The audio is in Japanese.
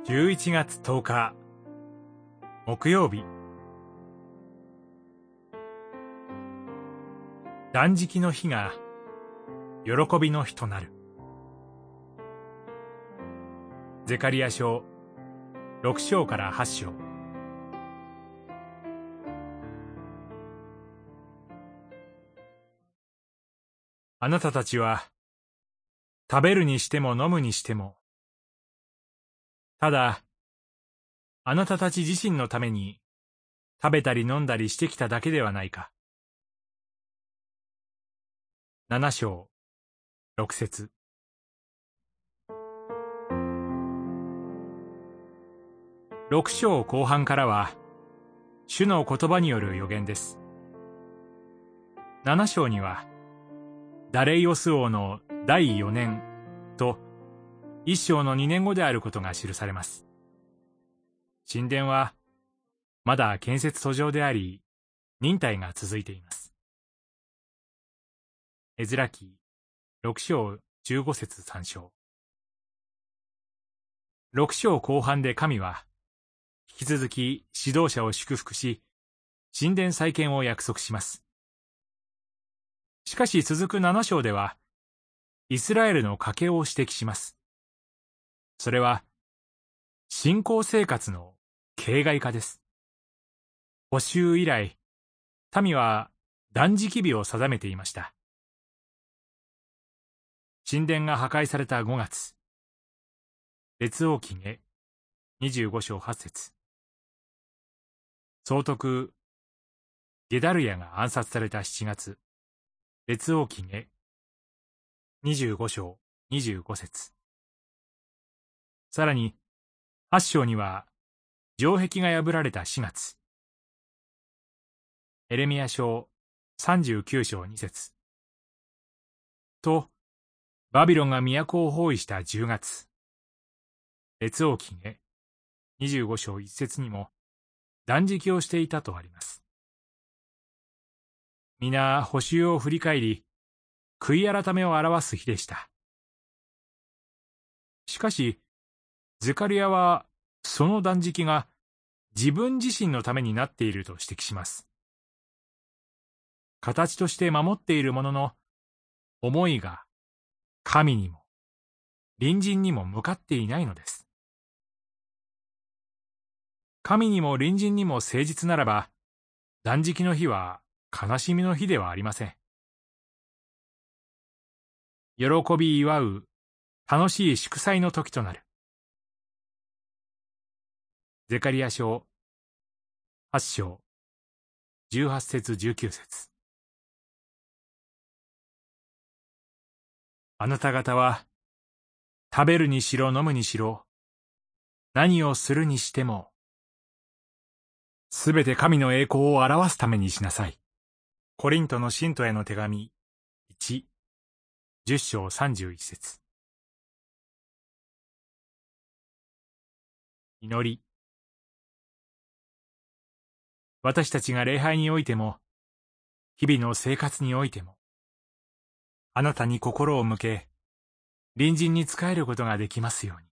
11月10日木曜日、断食の日が喜びの日となる。ゼカリヤ書6章から8章。あなたたちは食べるにしても飲むにしても、ただあなたたち自身のために食べたり飲んだりしてきただけではないか。7章6節。6章後半からは主の言葉による預言です。7章にはダレイオス王の第4年と1章の2年後であることが記されます。神殿はまだ建設途上であり、忍耐が続いています。エズラ記6章15節3章。6章後半で神は引き続き指導者を祝福し、神殿再建を約束します。しかし続く7章では、イスラエルの賭けを指摘します。それは、信仰生活の形骸化です。補修以来、民は断食日を定めていました。神殿が破壊された5月、列王記下25章8節。総督ゲダルヤが暗殺された7月、列王記下25章25節。さらに8章には城壁が破られた4月、エレミヤ書39章2節と、バビロンが都を包囲した10月、列王記下25章1節にも断食をしていたとあります。皆補修を振り返り、悔い改めを表す日でした。しかし、ゼカリヤはその断食が自分自身のためになっていると指摘します。形として守っているものの、思いが神にも隣人にも向かっていないのです。神にも隣人にも誠実ならば、断食の日は悲しみの日ではありません。喜び祝う楽しい祝祭の時となる。ゼカリヤ書8章18節19節。あなた方は食べるにしろ飲むにしろ、何をするにしても、すべて神の栄光を表すためにしなさい。コリントの信徒への手紙1、10章31節。祈り。私たちが礼拝においても、日々の生活においても、あなたに心を向け、隣人に仕えることができますように。